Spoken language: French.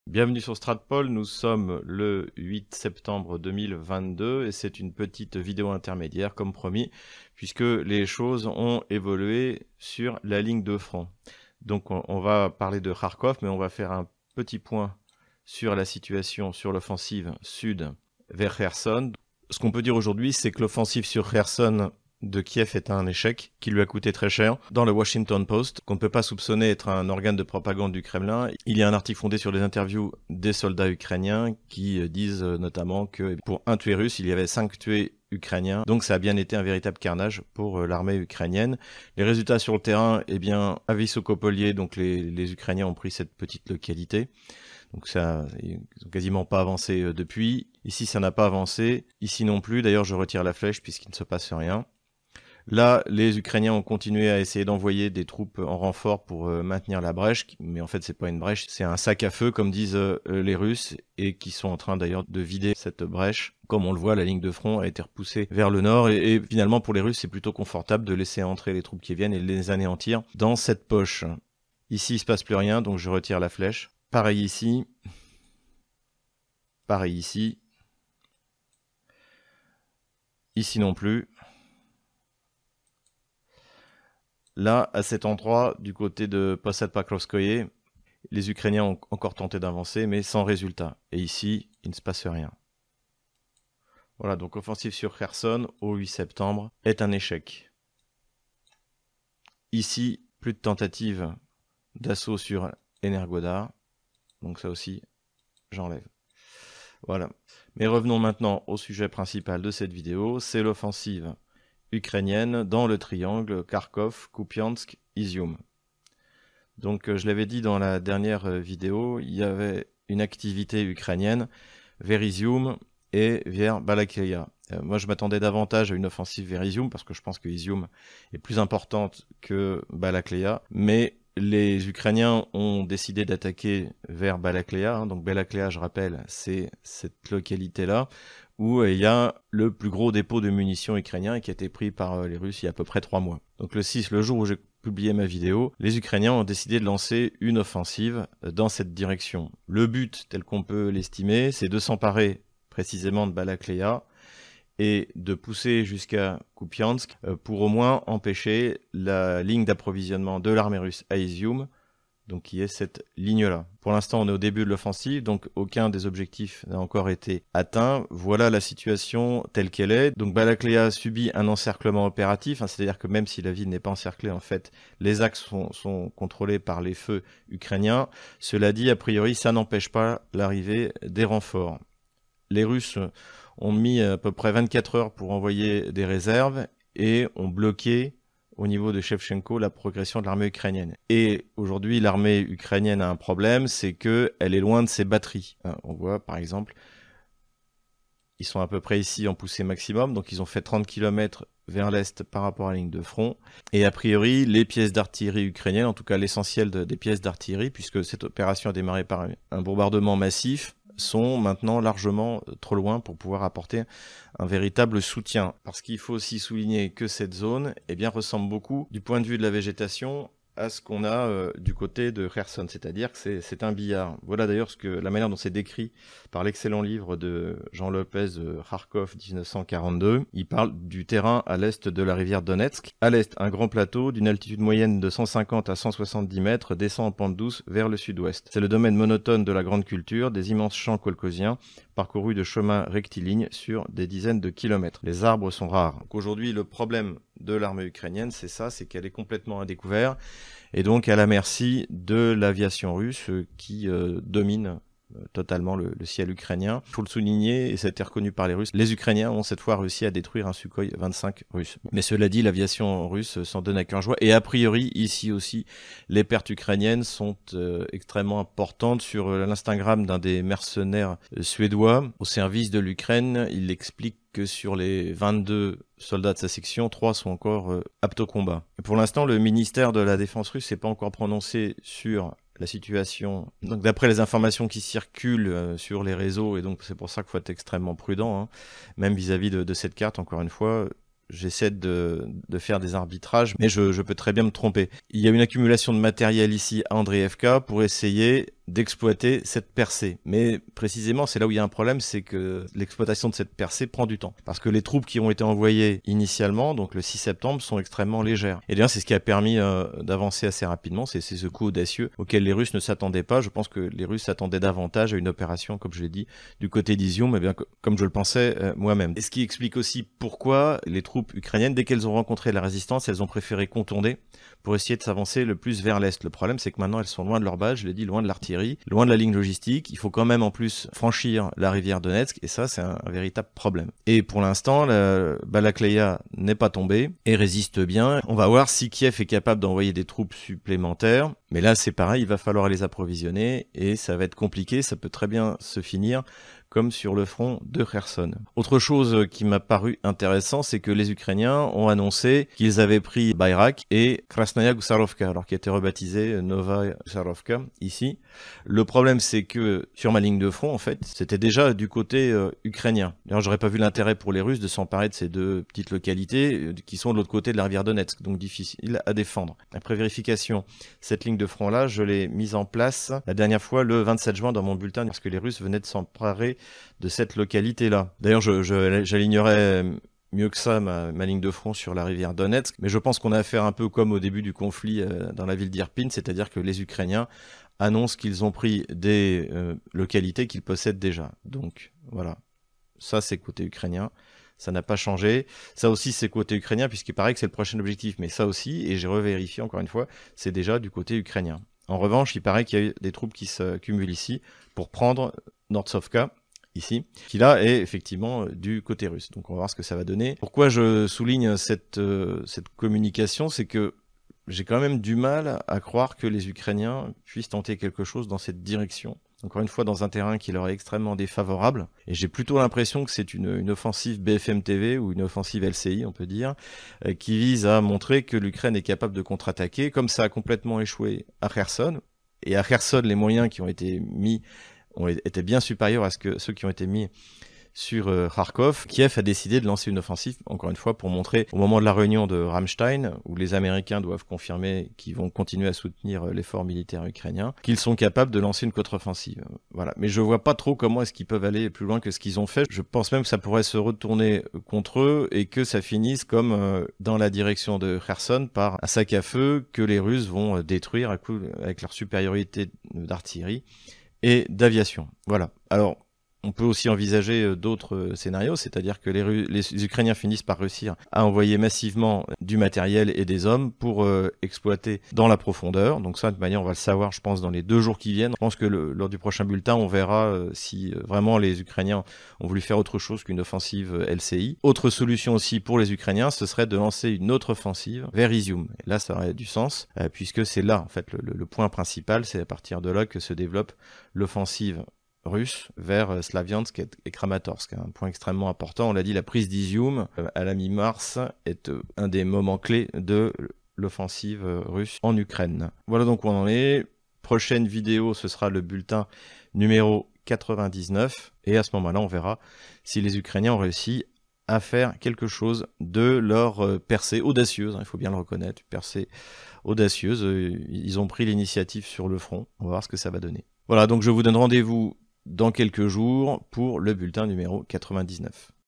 Bienvenue sur Stratpol, nous sommes le 8 septembre 2022 et c'est une petite vidéo intermédiaire comme promis puisque les choses ont évolué sur la ligne de front. Donc on va parler de Kharkov mais on va faire un petit point sur la situation sur l'offensive sud vers Kherson. Ce qu'on peut dire aujourd'hui c'est que l'offensive sur Kherson de Kiev est un échec qui lui a coûté très cher. Dans le Washington Post, qu'on ne peut pas soupçonner être un organe de propagande du Kremlin, il y a un article fondé sur les interviews des soldats ukrainiens qui disent notamment que pour un tué russe, il y avait 5 tués ukrainiens. Donc ça a bien été un véritable carnage pour l'armée ukrainienne. Les résultats sur le terrain, eh bien, à Vysokopolier, donc les Ukrainiens ont pris cette petite localité. Donc ça, ils n'ont quasiment pas avancé depuis. Ici, ça n'a pas avancé. Ici non plus. D'ailleurs, je retire la flèche puisqu'il ne se passe rien. Là, les Ukrainiens ont continué à essayer d'envoyer des troupes en renfort pour maintenir la brèche, mais en fait, c'est pas une brèche, c'est un sac à feu, comme disent les Russes, et qui sont en train d'ailleurs de vider cette brèche. Comme on le voit, la ligne de front a été repoussée vers le nord, et finalement, pour les Russes, c'est plutôt confortable de laisser entrer les troupes qui viennent et de les anéantir dans cette poche. Ici, il se passe plus rien, donc je retire la flèche. Pareil ici. Pareil ici. Ici non plus. Là, à cet endroit, du côté de Posad-Pakrovskoye, les Ukrainiens ont encore tenté d'avancer, mais sans résultat. Et ici, il ne se passe rien. Voilà, donc offensive sur Kherson, au 8 septembre, est un échec. Ici, plus de tentatives d'assaut sur Energodar. Donc ça aussi, j'enlève. Voilà. Mais revenons maintenant au sujet principal de cette vidéo, c'est l'offensive ukrainienne dans le triangle Kharkov, Kupiansk, Izium. Donc je l'avais dit dans la dernière vidéo, il y avait une activité ukrainienne vers Izium et vers Balakleya. Moi je m'attendais davantage à une offensive vers Izium parce que je pense que Izium est plus importante que Balakleya, mais les Ukrainiens ont décidé d'attaquer vers Balakleya. Donc Balakleya, je rappelle, c'est cette localité-là où il y a le plus gros dépôt de munitions ukrainien qui a été pris par les Russes il y a à peu près 3 mois. Donc le 6, le jour où j'ai publié ma vidéo, les Ukrainiens ont décidé de lancer une offensive dans cette direction. Le but, tel qu'on peut l'estimer, c'est de s'emparer précisément de Balakleya et de pousser jusqu'à Kupiansk pour au moins empêcher la ligne d'approvisionnement de l'armée russe à Izium, donc qui est cette ligne-là. Pour l'instant, on est au début de l'offensive, donc aucun des objectifs n'a encore été atteint. Voilà la situation telle qu'elle est. Donc Balakleya subit un encerclement opératif, c'est-à-dire que même si la ville n'est pas encerclée, en fait, les axes sont contrôlés par les feux ukrainiens. Cela dit, a priori, ça n'empêche pas l'arrivée des renforts. Les Russes ont mis à peu près 24 heures pour envoyer des réserves et ont bloqué au niveau de Shevchenko la progression de l'armée ukrainienne. Et aujourd'hui, l'armée ukrainienne a un problème, c'est qu'elle est loin de ses batteries. On voit par exemple, ils sont à peu près ici en poussée maximum, donc ils ont fait 30 km vers l'est par rapport à la ligne de front. Et a priori, les pièces d'artillerie ukrainiennes, en tout cas l'essentiel des pièces d'artillerie, puisque cette opération a démarré par un bombardement massif, sont maintenant largement trop loin pour pouvoir apporter un véritable soutien. Parce qu'il faut aussi souligner que cette zone ressemble beaucoup, du point de vue de la végétation, à ce qu'on a du côté de Kherson, c'est-à-dire que c'est un billard. Voilà d'ailleurs la manière dont c'est décrit par l'excellent livre de Jean Lopez, Kharkov 1942. Il parle du terrain à l'est de la rivière Donetsk. À l'est, un grand plateau d'une altitude moyenne de 150 à 170 mètres descend en pente douce vers le sud-ouest. C'est le domaine monotone de la grande culture, des immenses champs kolkhosiens parcourus de chemins rectilignes sur des dizaines de kilomètres. Les arbres sont rares. Donc aujourd'hui, le problème de l'armée ukrainienne, c'est ça, c'est qu'elle est complètement à découvert et donc à la merci de l'aviation russe qui domine totalement le ciel ukrainien. Il faut le souligner, et ça a été reconnu par les Russes, les Ukrainiens ont cette fois réussi à détruire un Sukhoi 25 russe. Mais cela dit, l'aviation russe s'en donne à cœur joie, et a priori, ici aussi, les pertes ukrainiennes sont extrêmement importantes. Sur l'Instagram d'un des mercenaires suédois au service de l'Ukraine, il explique que sur les 22 soldats de sa section, 3 sont encore aptes au combat. Et pour l'instant, le ministère de la Défense russe s'est pas encore prononcé sur la situation. Donc d'après les informations qui circulent sur les réseaux, et donc c'est pour ça qu'il faut être extrêmement prudent, même vis-à-vis de cette carte, encore une fois, j'essaie de faire des arbitrages, mais je peux très bien me tromper. Il y a une accumulation de matériel ici à Andreevka pour essayer d'exploiter cette percée. Mais précisément, c'est là où il y a un problème, c'est que l'exploitation de cette percée prend du temps. Parce que les troupes qui ont été envoyées initialement, donc le 6 septembre, sont extrêmement légères. Et bien, c'est ce qui a permis d'avancer assez rapidement. C'est ce coup audacieux auquel les Russes ne s'attendaient pas. Je pense que les Russes s'attendaient davantage à une opération, comme je l'ai dit, du côté d'Izium, eh bien, comme je le pensais moi-même. Et ce qui explique aussi pourquoi les troupes ukrainiennes, dès qu'elles ont rencontré la résistance, elles ont préféré contourner pour essayer de s'avancer le plus vers l'est. Le problème, c'est que maintenant, elles sont loin de leur base, je l'ai dit, loin de l'artillerie, loin de la ligne logistique. Il faut quand même en plus franchir la rivière Donetsk, et ça, c'est un véritable problème. Et pour l'instant, la Balakleïa n'est pas tombée et résiste bien. On va voir si Kiev est capable d'envoyer des troupes supplémentaires. Mais là, c'est pareil, il va falloir les approvisionner et ça va être compliqué. Ça peut très bien se finir comme sur le front de Kherson. Autre chose qui m'a paru intéressant, c'est que les Ukrainiens ont annoncé qu'ils avaient pris Bayrak et Krasnaya Gusarovka, alors qui était rebaptisé Nova Gusarovka ici. Le problème, c'est que sur ma ligne de front, en fait, c'était déjà du côté ukrainien. D'ailleurs, j'aurais pas vu l'intérêt pour les Russes de s'emparer de ces deux petites localités qui sont de l'autre côté de la rivière Donetsk, donc difficile à défendre. Après vérification, cette ligne de front-là, je l'ai mise en place la dernière fois le 27 juin dans mon bulletin, parce que les Russes venaient de s'emparer de cette localité-là. D'ailleurs, j'alignerais mieux que ça ma ligne de front sur la rivière Donetsk, mais je pense qu'on a affaire un peu comme au début du conflit dans la ville d'Irpin, c'est-à-dire que les Ukrainiens annoncent qu'ils ont pris des localités qu'ils possèdent déjà. Donc voilà, ça c'est côté ukrainien. Ça n'a pas changé. Ça aussi, c'est côté ukrainien, puisqu'il paraît que c'est le prochain objectif. Mais ça aussi, et j'ai revérifié encore une fois, c'est déjà du côté ukrainien. En revanche, il paraît qu'il y a des troupes qui s'accumulent ici pour prendre Nordsovka, ici, qui là est effectivement du côté russe. Donc on va voir ce que ça va donner. Pourquoi je souligne cette communication, c'est que j'ai quand même du mal à croire que les Ukrainiens puissent tenter quelque chose dans cette direction. Encore une fois, dans un terrain qui leur est extrêmement défavorable. Et j'ai plutôt l'impression que c'est une offensive BFM TV ou une offensive LCI, on peut dire, qui vise à montrer que l'Ukraine est capable de contre-attaquer, comme ça a complètement échoué à Kherson. Et à Kherson, les moyens qui ont été mis étaient bien supérieurs à ceux qui ont été mis sur Kharkov. Kiev a décidé de lancer une offensive, encore une fois, pour montrer au moment de la réunion de Ramstein, où les Américains doivent confirmer qu'ils vont continuer à soutenir l'effort militaire ukrainien, qu'ils sont capables de lancer une contre-offensive. Voilà. Mais je vois pas trop comment est-ce qu'ils peuvent aller plus loin que ce qu'ils ont fait. Je pense même que ça pourrait se retourner contre eux et que ça finisse comme dans la direction de Kherson par un sac à feu que les Russes vont détruire avec leur supériorité d'artillerie et d'aviation. Voilà. Alors, on peut aussi envisager d'autres scénarios, c'est-à-dire que les Ukrainiens finissent par réussir à envoyer massivement du matériel et des hommes pour exploiter dans la profondeur. Donc ça, de manière, on va le savoir, je pense, dans les 2 jours qui viennent. Je pense que lors du prochain bulletin, on verra si vraiment les Ukrainiens ont voulu faire autre chose qu'une offensive LCI. Autre solution aussi pour les Ukrainiens, ce serait de lancer une autre offensive vers Izium. Et là, ça aurait du sens, puisque c'est là, en fait, le point principal, c'est à partir de là que se développe l'offensive russe vers Slaviansk et Kramatorsk. Un point extrêmement important, on l'a dit, la prise d'Izium à la mi-mars est un des moments clés de l'offensive russe en Ukraine. Voilà donc où on en est. Prochaine vidéo, ce sera le bulletin numéro 99 et à ce moment-là, on verra si les Ukrainiens ont réussi à faire quelque chose de leur percée audacieuse, il faut bien le reconnaître, percée audacieuse. Ils ont pris l'initiative sur le front, on va voir ce que ça va donner. Voilà, donc je vous donne rendez-vous dans quelques jours pour le bulletin numéro 99.